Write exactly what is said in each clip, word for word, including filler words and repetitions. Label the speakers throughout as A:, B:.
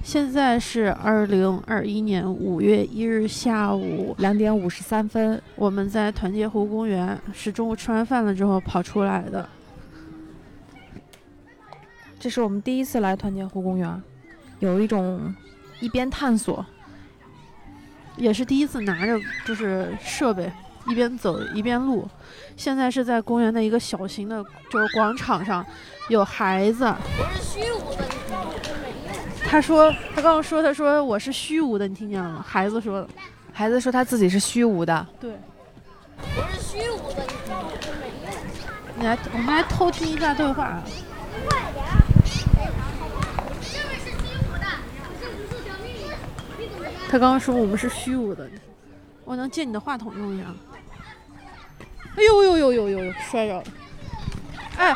A: 现在是二零二一年五月一日下午
B: 两点五十三分，
A: 我们在团结湖公园，是中午吃完饭了之后跑出来的。
B: 这是我们第一次来团结湖公园，有一种一边探索，
A: 也是第一次拿着就是设备一边走一边录。现在是在公园的一个小型的就是广场上，有孩子。
C: 我是虚无的，你知道吗？
A: 他说他刚刚说他说我是虚无的，你听见了吗？孩子说的。
B: 孩子说他自己是虚无的。
A: 对，
C: 我是虚无的，你知道吗？
A: 你来，我们来偷听一下对话。
C: 快点！这位是虚无的，可是无数条命令的，你怎么办？
A: 他刚刚说我们是虚无的，我能借你的话筒用一下。哎呦呦呦呦呦呦，摔着了！哎，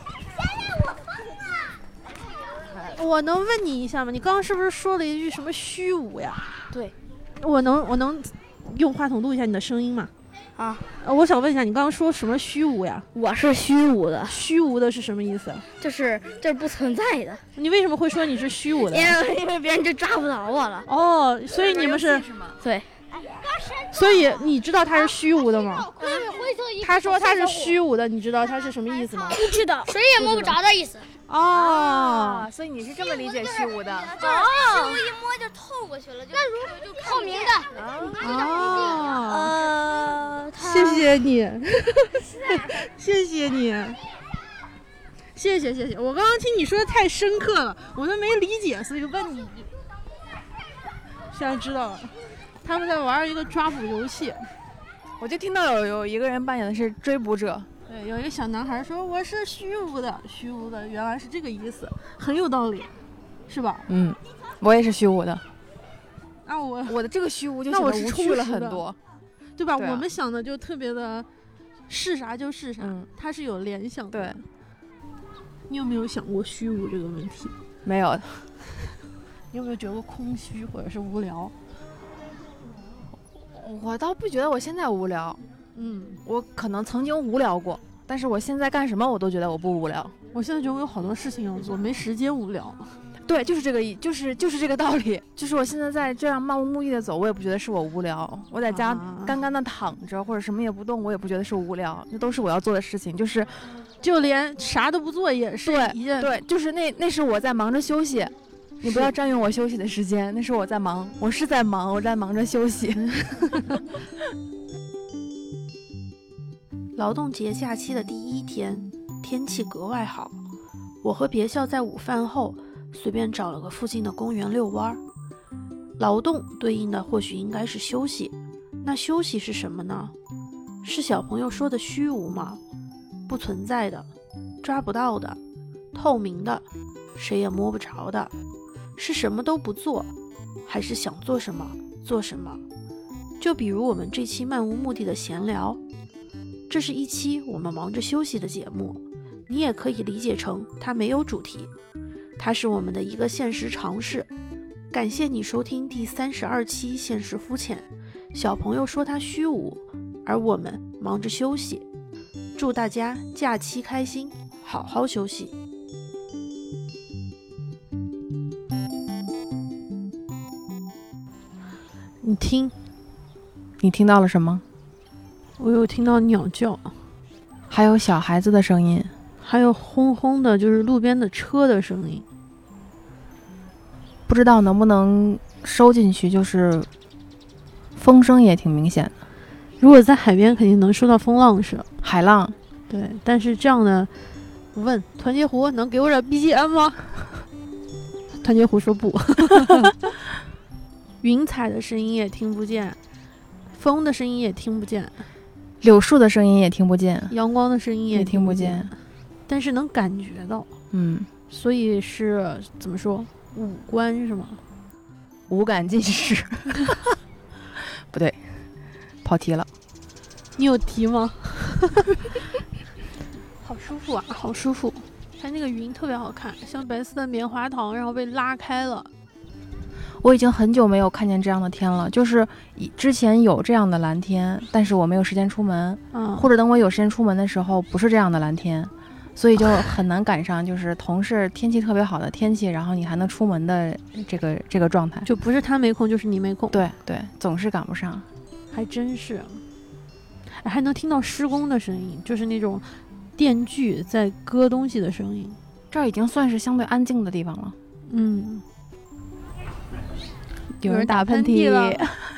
A: 我能问你一下吗？你刚刚是不是说了一句什么虚无呀？
C: 对，
A: 我能我能用话筒录一下你的声音吗？
C: 啊，
A: 呃，我想问一下，你刚刚说什么虚无呀？
C: 我是虚无的，
A: 虚无的是什么意思？
C: 就是就是不存在的。
A: 你为什么会说你是虚无的？
C: 因为因为别人就抓不着我了。
A: 哦，所以你们是
C: 对，
A: 所以你知道他是虚无的吗？他说他是虚
C: 无，
A: 无的，你知道他是什么意思吗？
C: 不知道，谁也摸不着的意思。
A: 哦，
B: 所以你是这么理解虚无的？
C: 哦，虚无一摸就透过去了，就那如就透明的。
A: 哦，
C: 呃，
A: 谢谢你，谢谢你，谢谢谢谢。我刚刚听你说的太深刻了，我都没理解，所以问你。现在知道了，他们在玩一个抓捕游戏。
B: 我就听到有有一个人扮演的是追捕者。
A: 对，有一个小男孩说我是虚无的，虚无的原来是这个意思，很有道理，是吧？
B: 嗯，我也是虚无的。
A: 啊，我
B: 我的这个虚无就
A: 那我
B: 显得
A: 是
B: 无趣了
A: 充实的
B: 很多，
A: 对吧？
B: 对啊
A: 我们想的就特别的是啥就是啥，
B: 嗯，
A: 它是有联想的。
B: 对，
A: 你有没有想过虚无这个问题？
B: 没有。
A: 你有没有觉得空虚或者是无聊？
B: 我倒不觉得我现在无聊，
A: 嗯，
B: 我可能曾经无聊过，但是我现在干什么我都觉得我不无聊。
A: 我现在觉得我有好多事情要做，没时间无聊。
B: 对，就是这个意，就是就是这个道理。就是我现在在这样漫无目的的走，我也不觉得是我无聊。我在家
A: 啊
B: 干干的躺着或者什么也不动，我也不觉得是无聊，那都是我要做的事情。就是
A: 就连啥都不做也是一件。
B: 对，就是那那是我在忙着休息。你不要占用我休息的时间，那是我在忙，我是在忙，我在忙着休息。
A: 劳动节假期的第一天，天气格外好。我和别校在午饭后随便找了个附近的公园遛弯儿。劳动对应的或许应该是休息，那休息是什么呢？是小朋友说的虚无吗？不存在的，抓不到的，透明的，谁也摸不着的。是什么都不做，还是想做什么做什么？就比如我们这期漫无目的的闲聊，这是一期我们忙着休息的节目，你也可以理解成它没有主题，它是我们的一个现实尝试。感谢你收听第三十二期现实肤浅，小朋友说他虚无，而我们忙着休息。祝大家假期开心，好好休息。你听，
B: 你听到了什么？
A: 我有听到鸟叫，
B: 还有小孩子的声音，
A: 还有轰轰的，就是路边的车的声音。
B: 不知道能不能收进去，就是风声也挺明显的。
A: 如果在海边，肯定能收到风浪声、
B: 海浪。
A: 对，但是这样的，我问团结湖能给我点 B G M 吗？团结湖说不。云彩的声音也听不见，风的声音也听不见，
B: 柳树的声音也听不见，
A: 阳光的声音也
B: 听不见，
A: 但是能感觉到。
B: 嗯，
A: 所以是怎么说？五官是吗？
B: 五感尽失。不对，跑题了。
A: 你有题吗？好舒服啊，好舒服。它那个云特别好看，像白色的棉花糖，然后被拉开了。
B: 我已经很久没有看见这样的天了，就是之前有这样的蓝天，但是我没有时间出门，
A: 嗯，
B: 或者等我有时间出门的时候不是这样的蓝天， 所以就很难赶上，就是同是天气特别好的天气，然后你还能出门的这个这个状态，
A: 就不是他没空，就是你没空。
B: 对对，总是赶不上。
A: 还真是，哎还能听到施工的声音，就是那种电锯在割东西的声音。
B: 这儿已经算是相对安静的地方了。
A: 嗯，
B: 有人
A: 打
B: 喷
A: 嚏了。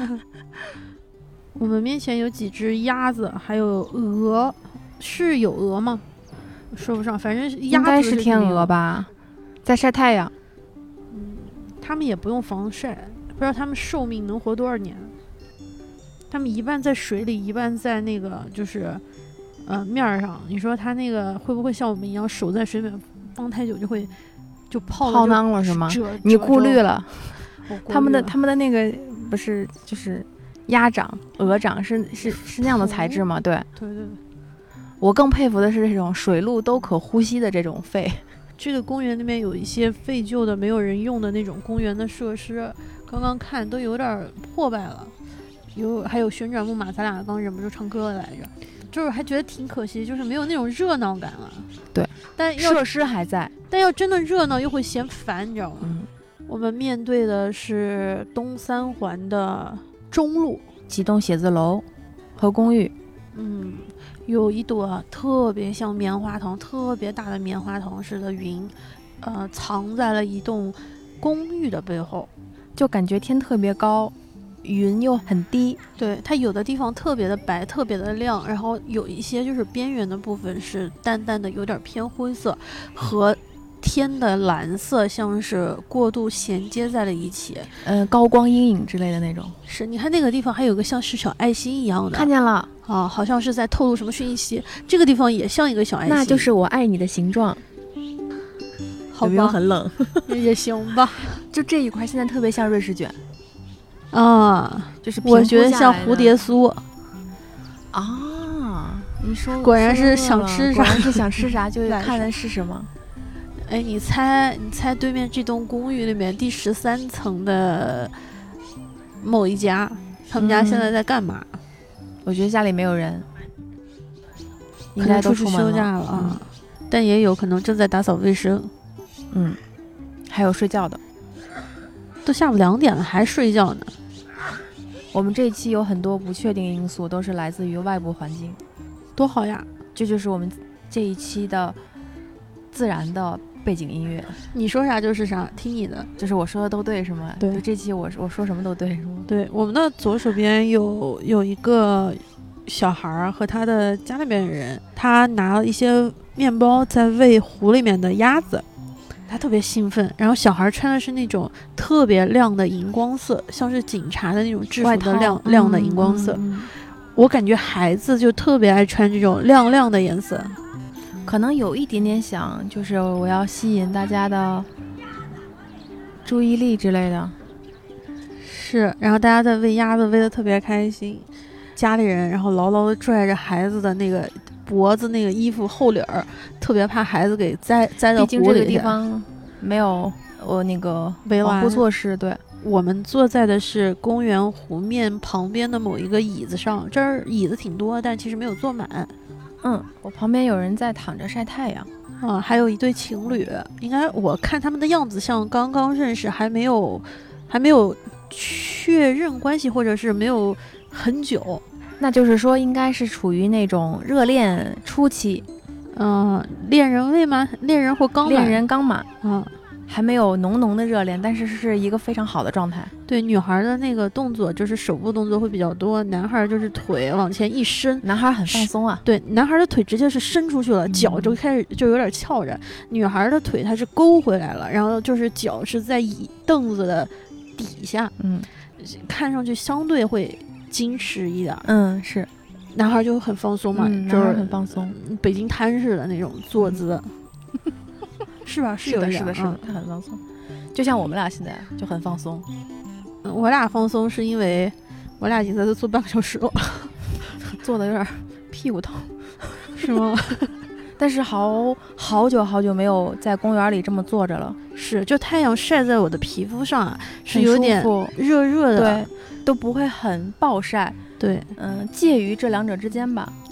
A: 我们面前有几只鸭子，还有鹅，是有鹅吗？说不上，反正鸭子
B: 应该是天鹅吧，在晒太阳。
A: 嗯，他们也不用防晒，不知道他们寿命能活多少年。他们一半在水里，一半在那个就是呃面儿上。你说它那个会不会像我们一样手在水里面放太久就会就泡
B: 泡囊了是吗？你顾虑了，他们的他们的那个不是就是鸭掌、鹅掌是是是那样的材质吗？对
A: 对对对。
B: 我更佩服的是这种水陆都可呼吸的这种肺。
A: 这个公园那边有一些废旧的、没有人用的那种公园的设施，刚刚看都有点破败了。有还有旋转木马，咱俩刚忍不住唱歌了来着，就是还觉得挺可惜，就是没有那种热闹感了。
B: 对，
A: 但要
B: 设施还在，
A: 但要真的热闹又会嫌烦，你知道吗？
B: 嗯，
A: 我们面对的是东三环的中路
B: 几栋写字楼和公寓。
A: 嗯，有一朵特别像棉花糖、特别大的棉花糖似的云，呃，藏在了一栋公寓的背后，
B: 就感觉天特别高。云又很低，
A: 对，它有的地方特别的白，特别的亮，然后有一些就是边缘的部分是淡淡的，有点偏灰色，和天的蓝色像是过度衔接在了一起，
B: 嗯、呃，高光阴影之类的那种。
A: 是，你看那个地方还有个像是小爱心一样的，
B: 看见了
A: 啊，好像是在透露什么讯息。这个地方也像一个小爱心，
B: 那就是我爱你的形状。
A: 好吧，
B: 有没有很冷？
A: 也行吧。
B: 就这一块现在特别像瑞士卷。
A: 啊，
B: 就是
A: 我觉得像蝴蝶酥
B: 啊！你说
A: 果然是想吃啥，
B: 果然是想吃啥就看的是什么。
A: 哎，你猜，你猜对面这栋公寓里面第十三层的某一家，他们家现在在干嘛？
B: 嗯、我觉得家里没有人，
A: 应该都出去休假了啊、嗯，但也有可能正在打扫卫生。
B: 嗯，还有睡觉的。
A: 都下午两点了还睡觉呢。
B: 我们这一期有很多不确定因素，都是来自于外部环境，
A: 多好呀！
B: 这就是我们这一期的自然的背景音乐。
A: 你说啥就是啥，听你的。
B: 就是我说的都对是吗？
A: 对，
B: 就这期我我说什么都对是吗？
A: 对，我们的左手边有有一个小孩和他的家里边人，他拿了一些面包在喂湖里面的鸭子。他特别兴奋，然后小孩穿的是那种特别亮的荧光色，像是警察的那种制服的亮亮的荧光色、嗯嗯。我感觉孩子就特别爱穿这种亮亮的颜色，
B: 可能有一点点想，就是我要吸引大家的注意力之类的。
A: 是，然后大家在喂鸭子，喂得特别开心，家里人然后牢牢地拽着孩子的那个脖子那个衣服后领儿，特别怕孩子给栽栽到湖里。毕
B: 竟这个地方没有我那个保护措施。对，
A: 我们坐在的是公园湖面旁边的某一个椅子上，这儿椅子挺多，但其实没有坐满。
B: 嗯，我旁边有人在躺着晒太阳。
A: 啊，还有一对情侣，应该我看他们的样子像刚刚认识，还没有还没有确认关系，或者是没有很久。
B: 那就是说，应该是处于那种热恋初期，
A: 嗯、呃，恋人未满，恋人或刚满，
B: 恋人刚满，
A: 嗯，
B: 还没有浓浓的热恋，但是是一个非常好的状态。
A: 对，女孩的那个动作就是手部动作会比较多，男孩就是腿往前一伸，
B: 男孩很放松啊。
A: 对，男孩的腿直接是伸出去了，
B: 嗯、
A: 脚就开始就有点翘着，女孩的腿它是勾回来了，然后就是脚是在椅凳子的底下，
B: 嗯，
A: 看上去相对会矜持一点。
B: 嗯，是，
A: 男孩就很放松嘛，
B: 嗯、
A: 就是
B: 很放松，
A: 北京滩似的那种坐姿，嗯、是吧？
B: 是的，是的，是的，他很放松，就像我们俩现在就很放松。
A: 嗯，我俩放松是因为我俩已经在这坐半个小时了，
B: 坐的有点屁股疼，
A: 是吗？
B: 但是好好久好久没有在公园里这么坐着了。
A: 是，就太阳晒在我的皮肤上啊，是有点热热的，
B: 对，都不会很暴晒。
A: 对，
B: 嗯，介于这两者之间吧。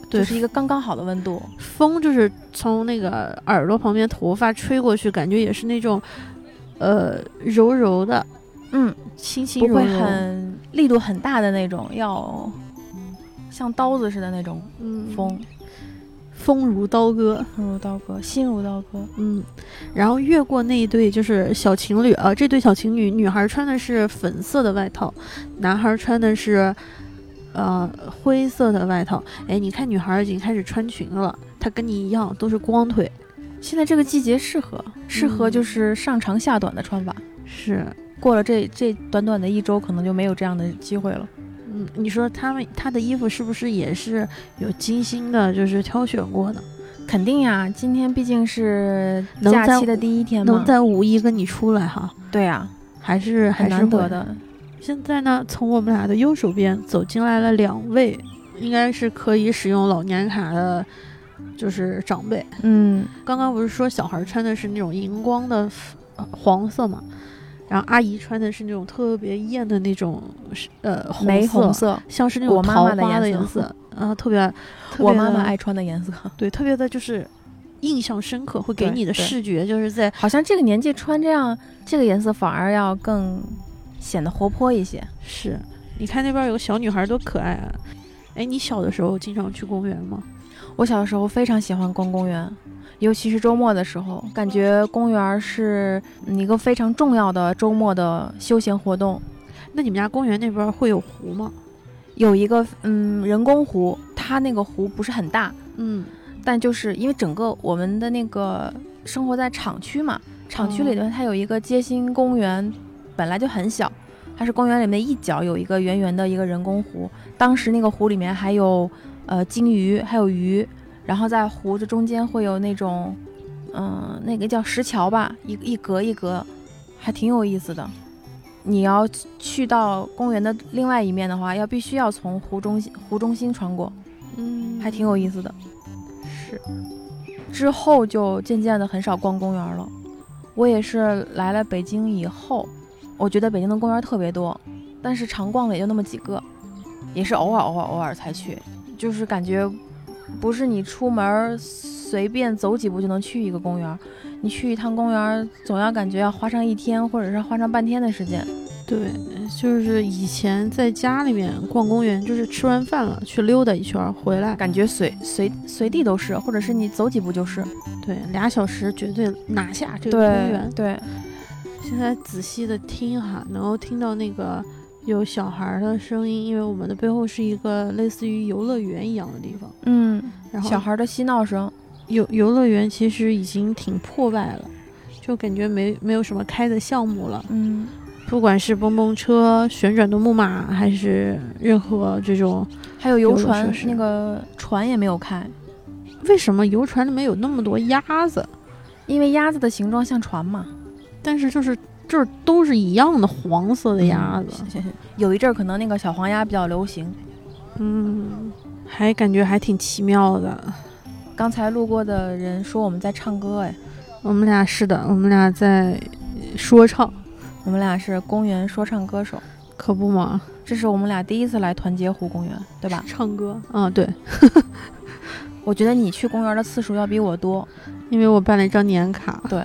B: 对，就是一个刚刚好的温度。
A: 风就是从那个耳朵旁边头发吹过去，感觉也是那种呃柔柔的，
B: 嗯，
A: 轻轻柔柔，
B: 不会很力度很大的那种，要像刀子似的那种风。嗯，
A: 风如刀割，
B: 风如刀割，心如刀割。
A: 嗯，然后越过那一对就是小情侣啊，这对小情侣，女孩穿的是粉色的外套，男孩穿的是呃灰色的外套。哎，你看女孩已经开始穿裙了，她跟你一样都是光腿。
B: 现在这个季节适合，适合就是上长下短的穿法。
A: 嗯、是，
B: 过了这这短短的一周，可能就没有这样的机会了。
A: 嗯，你说他们他的衣服是不是也是有精心的，就是挑选过的？
B: 肯定呀，今天毕竟是假期的第一天嘛，
A: 能在五一跟你出来哈。
B: 对呀，
A: 还是
B: 很难得的。
A: 现在呢，从我们俩的右手边走进来了两位，应该是可以使用老年卡的，就是长辈。
B: 嗯，
A: 刚刚不是说小孩穿的是那种荧光的黄色嘛？然后阿姨穿的是那种特别艳的那种，呃，
B: 玫红色，
A: 像是那种桃花的颜色，然后特别，特别
B: 我妈妈爱穿的颜色，
A: 对，特别的就是印象深刻，会给你的视觉就是在
B: 好像这个年纪穿这样这个颜色反而要更显得活泼一些。
A: 是，你看那边有个小女孩多可爱啊！哎，你小的时候经常去公园吗？
B: 我小的时候非常喜欢逛公园。尤其是周末的时候，感觉公园是一个非常重要的周末的休闲活动。
A: 那你们家公园那边会有湖吗？
B: 有一个嗯人工湖，它那个湖不是很大，
A: 嗯，
B: 但就是因为整个我们的那个生活在厂区嘛，厂区里头它有一个街心公园，哦、本来就很小，它是公园里面一角有一个圆圆的一个人工湖。当时那个湖里面还有呃金鱼，还有鱼。然后在湖的中间会有那种，嗯、呃，那个叫石桥吧，一一格一格，还挺有意思的。你要去到公园的另外一面的话，要必须要从湖中心湖中心穿过，
A: 嗯，
B: 还挺有意思的。
A: 是，
B: 之后就渐渐的很少逛公园了。我也是来了北京以后，我觉得北京的公园特别多，但是常逛的也就那么几个，也是偶尔偶尔偶尔才去，就是感觉。不是你出门随便走几步就能去一个公园，你去一趟公园总要感觉要花上一天或者是花上半天的时间。
A: 对，就是以前在家里面逛公园，就是吃完饭了去溜达一圈回来，
B: 感觉随随随地都是，或者是你走几步就是。
A: 对，俩小时绝对拿下这个公园。
B: 对，对，
A: 现在仔细的听哈，能够听到那个有小孩的声音，因为我们的背后是一个类似于游乐园一样的地方。
B: 嗯，
A: 然后
B: 小孩的嬉闹声。
A: 游游乐园其实已经挺破败了，就感觉没没有什么开的项目了。
B: 嗯，
A: 不管是蹦蹦车、旋转的木马，还是任何这种，
B: 还有游船，那个船也没有开。
A: 为什么游船里面有那么多鸭子？
B: 因为鸭子的形状像船嘛。
A: 但是就是这都是一样的黄色的鸭子。
B: 嗯、有一阵儿可能那个小黄鸭比较流行。
A: 嗯，还感觉还挺奇妙的。
B: 刚才路过的人说我们在唱歌，哎，
A: 我们俩是的，我们俩在说唱，
B: 我们俩是公园说唱歌手，
A: 可不嘛。
B: 这是我们俩第一次来团结湖公园，对吧？
A: 唱歌，嗯，对。
B: 我觉得你去公园的次数要比我多，
A: 因为我办了一张年卡。
B: 对。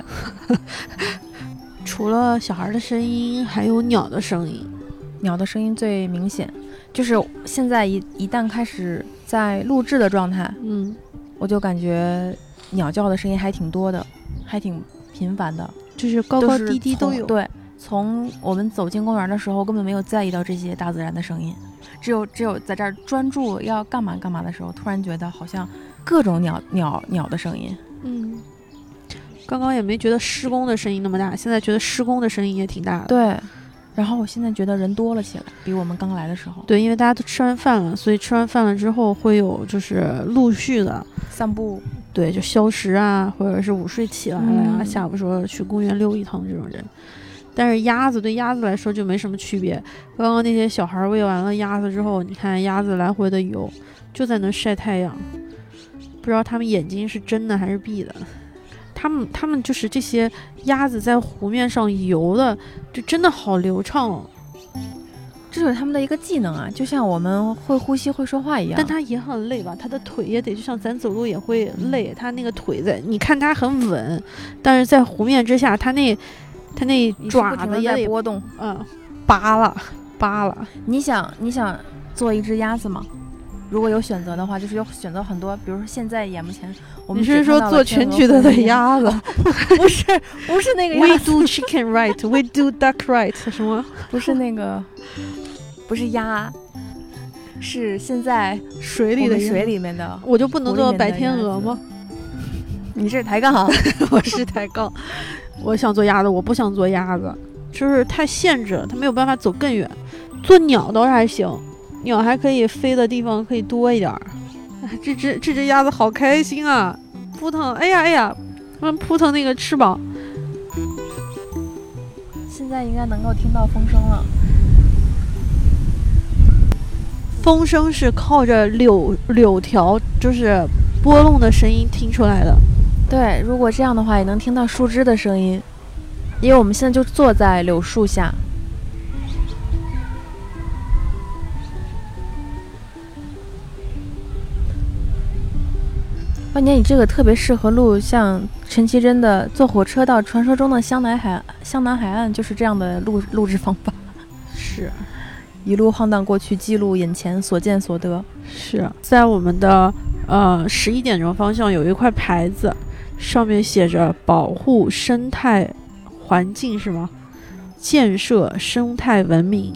A: 除了小孩的声音，还有鸟的声音。
B: 鸟的声音最明显，就是现在一一旦开始在录制的状态，
A: 嗯，
B: 我就感觉鸟叫的声音还挺多的，还挺频繁的，
A: 就是高高低低都有。
B: 对，从我们走进公园的时候，根本没有在意到这些大自然的声音，只有只有在这儿专注要干嘛干嘛的时候，突然觉得好像各种鸟鸟鸟的声音。
A: 嗯。刚刚也没觉得施工的声音那么大，现在觉得施工的声音也挺大的。
B: 对，然后我现在觉得人多了起来，比我们刚来的时候。
A: 对，因为大家都吃完饭了，所以吃完饭了之后会有就是陆续的
B: 散步，
A: 对，就消食啊，或者是午睡起来了呀、
B: 嗯，
A: 下午说去公园溜一趟这种人。但是鸭子对鸭子来说就没什么区别。刚刚那些小孩喂完了鸭子之后，你看鸭子来回的游，就在那晒太阳，不知道他们眼睛是睁的还是闭的。他们他们就是这些鸭子在湖面上游的，就真的好流畅哦。
B: 这是他们的一个技能啊，就像我们会呼吸会说话一样。
A: 但它也很累吧，它的腿也得就像咱走路也会累，它那个腿在，你看它很稳，但是在湖面之下，它那它那爪子也得
B: 波动，
A: 嗯，扒拉扒拉。
B: 你想你想做一只鸭子吗？如果有选择的话，就是有选择很多，比如说现在眼目前我们
A: 你是说做全聚德的鸭子？
B: 不是不是那个鸭子
A: We do chicken right, we do duck right 什么？
B: 不是那个，不是鸭，是现在
A: 水里的
B: 水里面的。
A: 我就不能做白天鹅吗？
B: 你这是抬杠，
A: 我是抬杠。我想做鸭子，我不想做鸭子，就是太限制了，它没有办法走更远。做鸟倒是还行。鸟还可以飞的地方可以多一点儿，这只这只鸭子好开心啊！扑腾，哎呀哎呀，它们扑腾那个翅膀。
B: 现在应该能够听到风声了。
A: 风声是靠着柳柳条，就是拨弄的声音听出来的。
B: 对，如果这样的话，也能听到树枝的声音，因为我们现在就坐在柳树下。万年，你这个特别适合录像陈绮贞的《坐火车到传说中的湘南海湘南海岸》，就是这样的录录制方法。
A: 是，
B: 一路晃荡过去，记录眼前所见所得。
A: 是在我们的呃十一点钟方向有一块牌子，上面写着“保护生态环境”是吗？建设生态文明。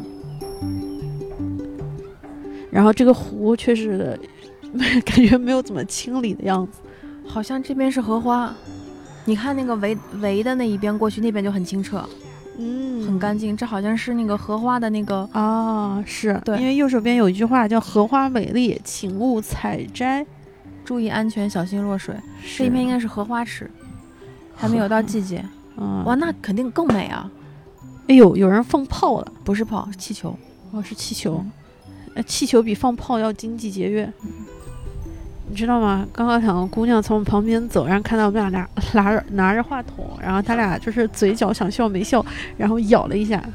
A: 然后这个湖确实。感觉没有怎么清理的样子，
B: 好像这边是荷花，你看那个围围的那一边过去，那边就很清澈，
A: 嗯，
B: 很干净。这好像是那个荷花的那个
A: 啊，是
B: 对，
A: 因为右手边有一句话叫“荷花美丽，请勿采摘，
B: 注意安全，小心落水”。这一片应该是荷花池，还没有到季节。
A: 嗯，
B: 哇，那肯定更美啊！
A: 哎呦，有人放炮了，
B: 不是炮，是气球。
A: 哦，是气球。呃、气球比放炮要经济节约。嗯，你知道吗？刚刚两个姑娘从我们旁边走，然后看到我们俩拿拿着拿着话筒，然后他俩就是嘴角想笑没笑，然后咬了一下，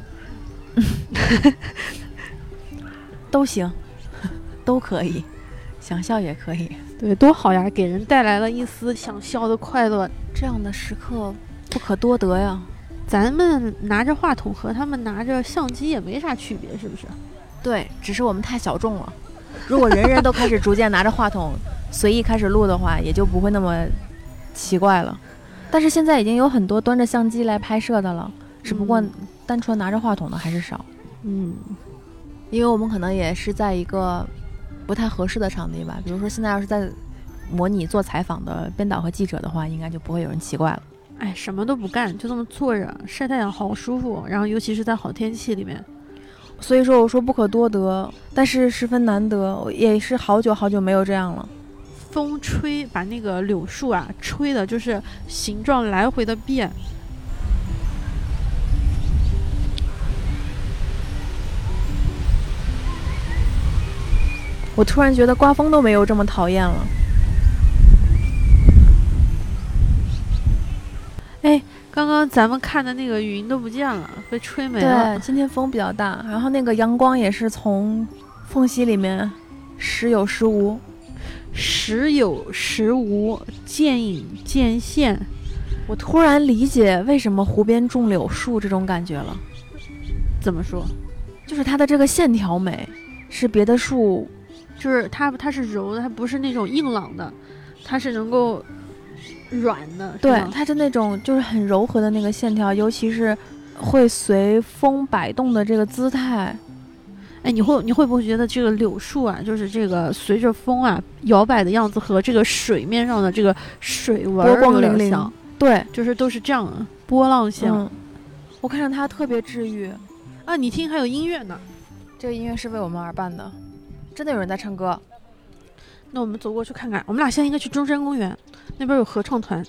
B: 都行，都可以，想笑也可以，
A: 对，多好呀，给人带来了一丝想笑的快乐，
B: 这样的时刻不可多得呀。
A: 咱们拿着话筒和他们拿着相机也没啥区别，是不是？
B: 对，只是我们太小众了。如果人人都开始逐渐拿着话筒随意开始录的话，也就不会那么奇怪了。但是现在已经有很多端着相机来拍摄的了，只不过单纯拿着话筒的还是少。
A: 嗯，
B: 因为我们可能也是在一个不太合适的场地吧，比如说现在要是在模拟做采访的编导和记者的话，应该就不会有人奇怪了。
A: 哎，什么都不干，就这么坐着晒太阳，好舒服。然后尤其是在好天气里面。
B: 所以说我说不可多得，但是十分难得，也是好久好久没有这样了。
A: 风吹把那个柳树啊吹的就是形状来回的变。
B: 我突然觉得刮风都没有这么讨厌了。
A: 哎，刚刚咱们看的那个云都不见了，被吹没了。
B: 对，今天风比较大，然后那个阳光也是从缝隙里面时有时无，
A: 时有时无，渐隐渐现。
B: 我突然理解为什么湖边种柳树这种感觉了。
A: 怎么说？
B: 就是它的这个线条美，是别的树，
A: 就是它它是柔的，它不是那种硬朗的，它是能够。软的，
B: 对，它是那种就是很柔和的那个线条，尤其是会随风摆动的这个姿态。
A: 哎，你会你会不会觉得这个柳树啊，就是这个随着风啊摇摆的样子和这个水面上的这个水纹
B: 波光粼粼？对，
A: 就是都是这样的波浪线、嗯。
B: 我看着它特别治愈
A: 啊！你听，还有音乐呢。
B: 这个音乐是为我们而办的，真的有人在唱歌。
A: 那我们走过去看看，我们俩现在应该去中山公园，那边有合唱团。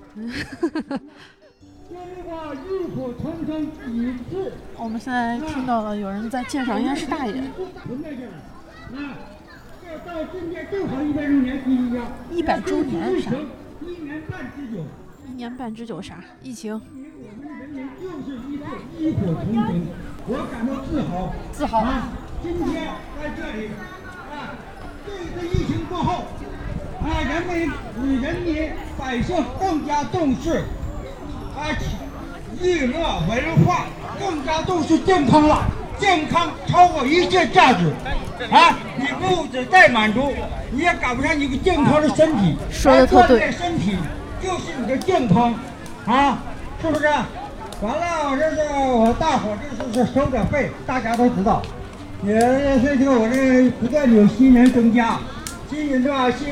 A: 我们现在听到了有人在鉴赏，应该是大爷。一百周年啥？ 一年半之久啥？
B: 疫情。
D: 就是一个异口同声，我感到自豪。
A: 自豪
D: 啊！今天在这里，啊，这个疫情过后，啊，人们、人民、百姓更加重视，啊，娱乐文化更加重视健康了。健康超过一切价值，啊！你物质再满足，你也赶不上一个健康的身体。
A: 说的特对，
D: 身体就是你的健康，啊，是不是？完了，我这是我大伙这是收点费，大家都知道。也这这我这不断有新人增加，新人吧新。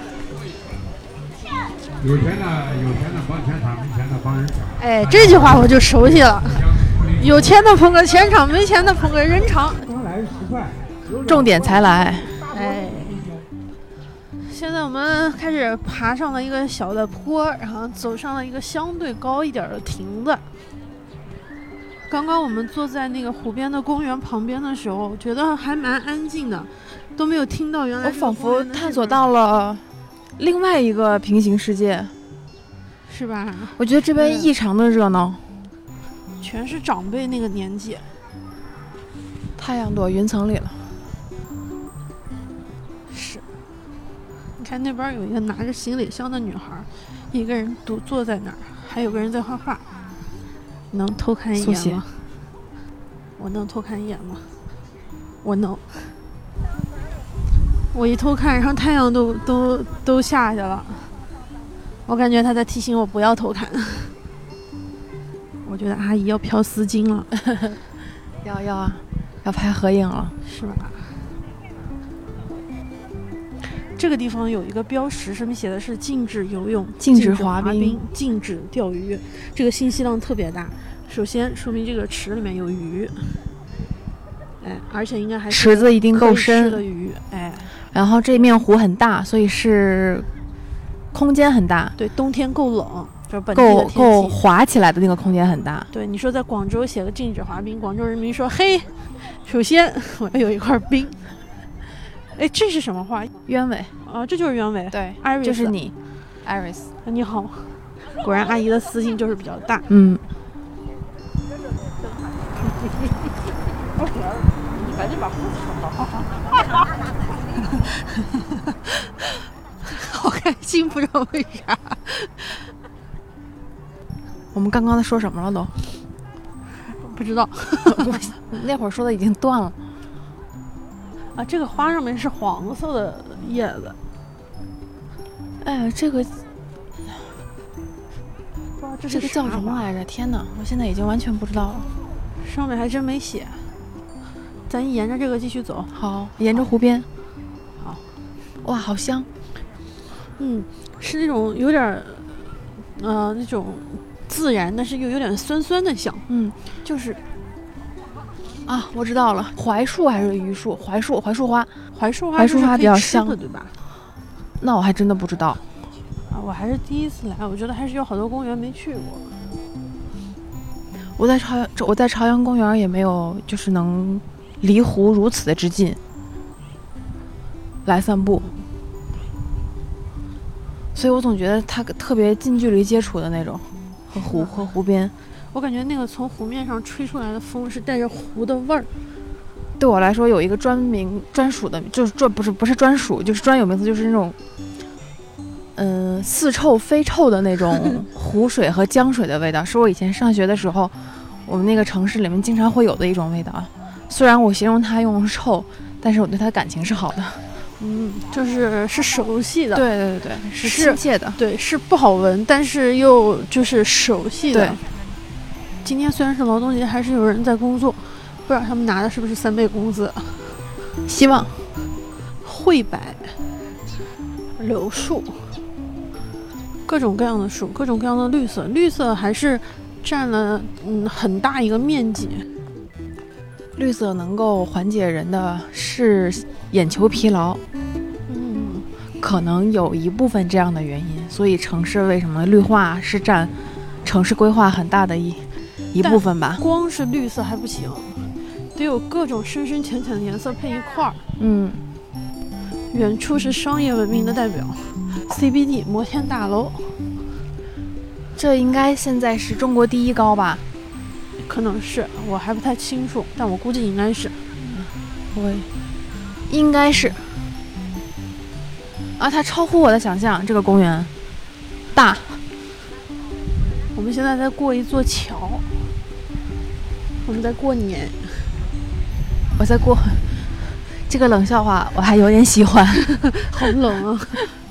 E: 有钱的有钱的帮钱场，没钱的帮人场。
A: 哎，这句话我就熟悉了。有钱的捧个钱场，没钱的捧个人场。
D: 刚来是十块，
B: 重点才来。
A: 哎，现在我们开始爬上了一个小的坡，然后走上了一个相对高一点的亭子。刚刚我们坐在那个湖边的公园旁边的时候，觉得还蛮安静的，都没有听到原来。
B: 我仿佛探索到了另外一个平行世界，
A: 是吧？
B: 我觉得这边异常的热闹，
A: 全是长辈那个年纪。
B: 太阳躲云层里了。
A: 是，你看那边有一个拿着行李箱的女孩，一个人独坐在那儿，还有个人在画画。能偷看一眼吗？我能偷看一眼吗？我能。我一偷看，然后太阳都都都下去了。我感觉他在提醒我不要偷看。我觉得阿姨要飘丝巾了。
B: 要要啊，要拍合影了，
A: 是吧？这个地方有一个标识，上面写的是禁止游泳、
B: 禁止
A: 滑
B: 滑冰、
A: 禁止钓鱼。这个信息量特别大。首先说明这个池里面有鱼，哎，而且应该还是
B: 池子一定够深
A: 的鱼，哎。
B: 然后这面湖很大，所以是空间很大。
A: 对，冬天够冷，就是本地的天气
B: 够够滑起来的那个空间很大。
A: 对，你说在广州写个禁止滑冰，广州人民说嘿，首先我要有一块冰。哎，这是什么花？
B: 鸢尾
A: 啊，这就是鸢尾。
B: 对
A: ，Iris
B: 就是你 ，Iris。
A: 你好，果然阿姨的私信就是比较大。
B: 嗯。
A: 你赶紧把裤子穿好。好开心，不知道为啥。
B: 我们刚刚在说什么了都？
A: 不知道。
B: 那会儿说的已经断了。
A: 啊，这个花上面是黄色的叶子。
B: 哎，这个，
A: 这
B: 这个叫什么来着？天哪，我现在已经完全不知道了。
A: 上面还真没写。咱沿着这个继续走。
B: 好，沿着湖边。
A: 好。
B: 哇，好香。
A: 嗯，是那种有点，呃，那种自然，但是又有点酸酸的香。
B: 嗯，就是。啊，我知道了，槐树还是榆树？槐树，槐树花，
A: 槐树花，
B: 槐树花比较香，
A: 对吧？
B: 那我还真的不知道。
A: 啊，我还是第一次来，我觉得还是有好多公园没去过。
B: 我在朝阳，我在朝阳公园也没有，就是能离湖如此的之近来散步，所以我总觉得它特别近距离接触的那种，和湖和湖边。
A: 我感觉那个从湖面上吹出来的风是带着湖的味儿。
B: 对我来说，有一个专名专属的，就是专不是不是专属，就是专有名词，就是那种，嗯、呃，似臭非臭的那种湖水和江水的味道，是我以前上学的时候，我们那个城市里面经常会有的一种味道。虽然我形容它用臭，但是我对它感情是好的。
A: 嗯，就是是熟悉的。
B: 对对对对，是亲切的。
A: 对，是不好闻，但是又就是熟悉的。
B: 对。
A: 今天虽然是劳动节，还是有人在工作，不知道他们拿的是不是三倍工资。
B: 希望。
A: 蕙柏、柳树，各种各样的树，各种各样的绿色，绿色还是占了嗯很大一个面积。
B: 绿色能够缓解人的是眼球疲劳，
A: 嗯，
B: 可能有一部分这样的原因，所以城市为什么绿化是占城市规划很大的一一部分吧。
A: 光是绿色还不行，得有各种深深浅浅的颜色配一块儿。
B: 嗯，
A: 远处是商业文明的代表 ，C B D 摩天大楼。
B: 这应该现在是中国第一高吧？
A: 可能是，我还不太清楚，但我估计应该是。
B: 我应该是啊，它超乎我的想象，这个公园大。
A: 我们现在在过一座桥，我们在过年。
B: 我在过这个冷笑话，我还有点喜欢。
A: 好冷啊！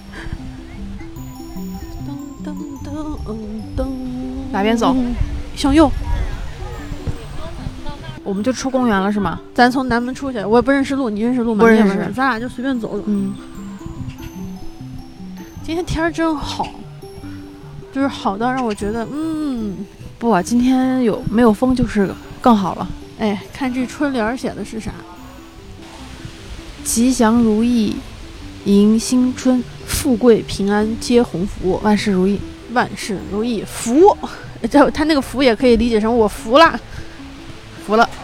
A: 噔噔噔噔，
B: 哪边走？
A: 向右。
B: 我们就出公园了是吗？
A: 咱从南门出去，我也不认识路，你认识路吗？
B: 不认识，
A: 咱俩就随便走走。
B: 嗯。
A: 今天天儿真好，就是好到让我觉得，嗯，
B: 不啊，今天有没有风就是更好了。
A: 哎，看这春联写的是啥？
B: 吉祥如意迎新春，
A: 富贵平安接鸿福，
B: 万事如意，
A: 万事如意。福，这他那个福也可以理解成我服了，
B: 服了。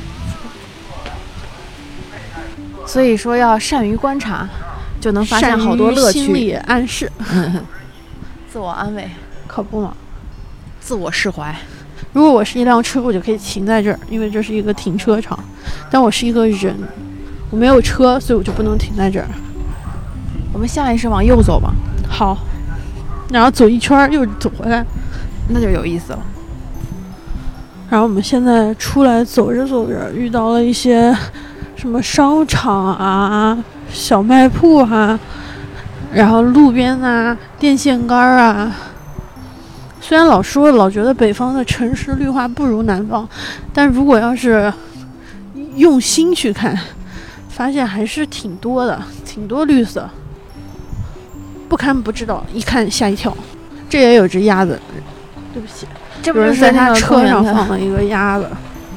B: 所以说要善于观察，就能发现好多乐趣。
A: 心理暗示，
B: 自我安慰，
A: 可不嘛？
B: 自我释怀。
A: 如果我是一辆车，我就可以停在这儿，因为这是一个停车场。但我是一个人，我没有车，所以我就不能停在这儿。
B: 我们下意识往右走吧。
A: 好，然后走一圈又走回来，
B: 那就有意思了。
A: 然后我们现在出来走着走着，遇到了一些什么商场啊、小卖铺啊，然后路边啊、电线杆啊。虽然老说老觉得北方的城市绿化不如南方，但如果要是用心去看，发现还是挺多的，挺多绿色。不看不知道，一看吓一跳。这也有只鸭子，对不起，
B: 这不是
A: 在他车上放了一个鸭子。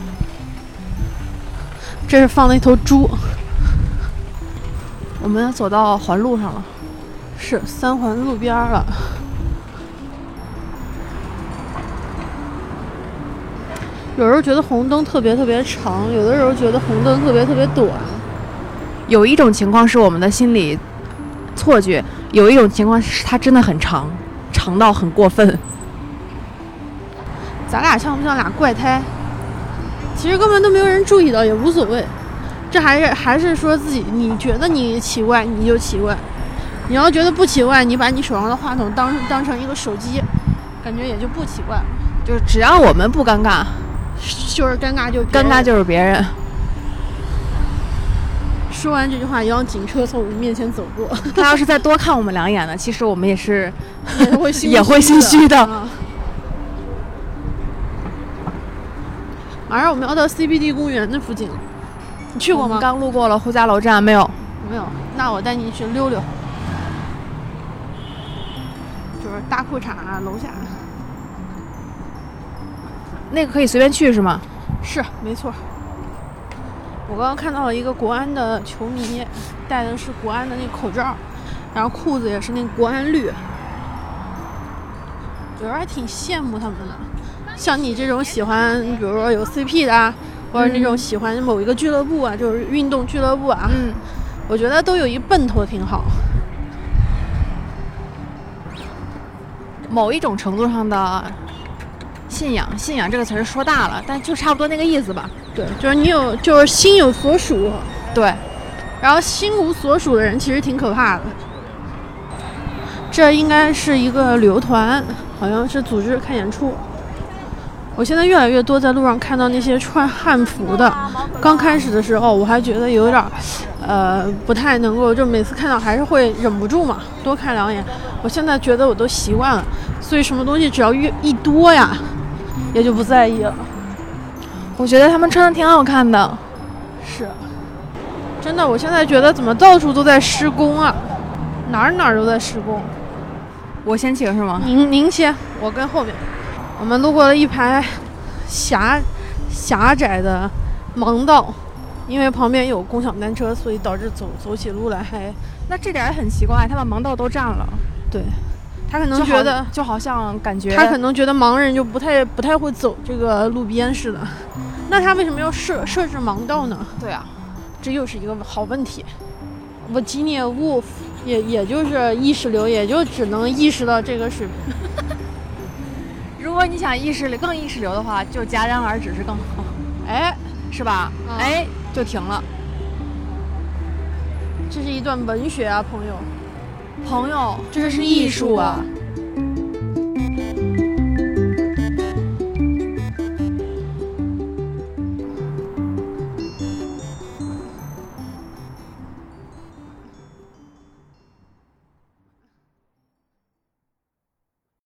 A: 这是放了一头猪。
B: 我们走到环路上了，
A: 是三环路边了。有时候觉得红灯特别特别长，有的时候觉得红灯特别特别短。
B: 有一种情况是我们的心理错觉，有一种情况是它真的很长，长到很过分。
A: 咱俩像不像俩怪胎？其实根本都没有人注意到，也无所谓。这还是还是说自己，你觉得你奇怪，你就奇怪；你要觉得不奇怪，你把你手上的话筒当当成一个手机，感觉也就不奇怪了。
B: 就是只要我们不尴尬，
A: 就是尴尬就
B: 尴尬就是别人。
A: 说完这句话，一辆警车从我们面前走过。
B: 他要是再多看我们两眼呢，其实我们也是
A: 也会心
B: 也会心虚的。
A: 啊、马上我们要到 C B D 公园那附近了，你去过吗？
B: 刚路过了呼家楼站，没有？
A: 没有。那我带你去溜溜，就是大裤衩楼下。
B: 那个可以随便去是吗？
A: 是，没错。我刚刚看到了一个国安的球迷，戴的是国安的那个口罩，然后裤子也是那个国安绿，有时候还挺羡慕他们的。像你这种喜欢，比如说有 C P 的啊，或者那种喜欢某一个俱乐部啊，就是运动俱乐部啊，
B: 嗯，
A: 我觉得都有一奔头挺好。
B: 某一种程度上的信仰，信仰这个词儿说大了，但就差不多那个意思吧。
A: 对，就是你有，就是心有所属。
B: 对，
A: 然后心无所属的人其实挺可怕的。这应该是一个旅游团，好像是组织看演出。我现在越来越多在路上看到那些穿汉服的。刚开始的时候我还觉得有点呃不太能够，就每次看到还是会忍不住嘛，多看两眼。我现在觉得我都习惯了，所以什么东西只要越一多呀，也就不在意了。
B: 我觉得他们穿的挺好看的。
A: 是，真的，我现在觉得怎么到处都在施工啊，哪儿哪儿都在施工。
B: 我先请是吗？
A: 您您先，我跟后面。我们路过了一排狭狭窄的盲道，因为旁边有共享单车，所以导致走走起路来还……
B: 那这点很奇怪，他把盲道都占了。
A: 对，他可能觉得
B: 就, 就好像感觉
A: 他可能觉得盲人就不太不太会走这个路边似的。那他为什么要设设置盲道呢？
B: 对啊，
A: 这又是一个好问题。Virginia Woolf 也也就是意识流，也就只能意识到这个水平。
B: 果你想意识流更意识流的话，就戛然而止是更好，
A: 哎，
B: 是吧？
A: 啊
B: 哎，就停了。
A: 这是一段文学啊，朋友。
B: 朋友，
A: 这是艺术啊！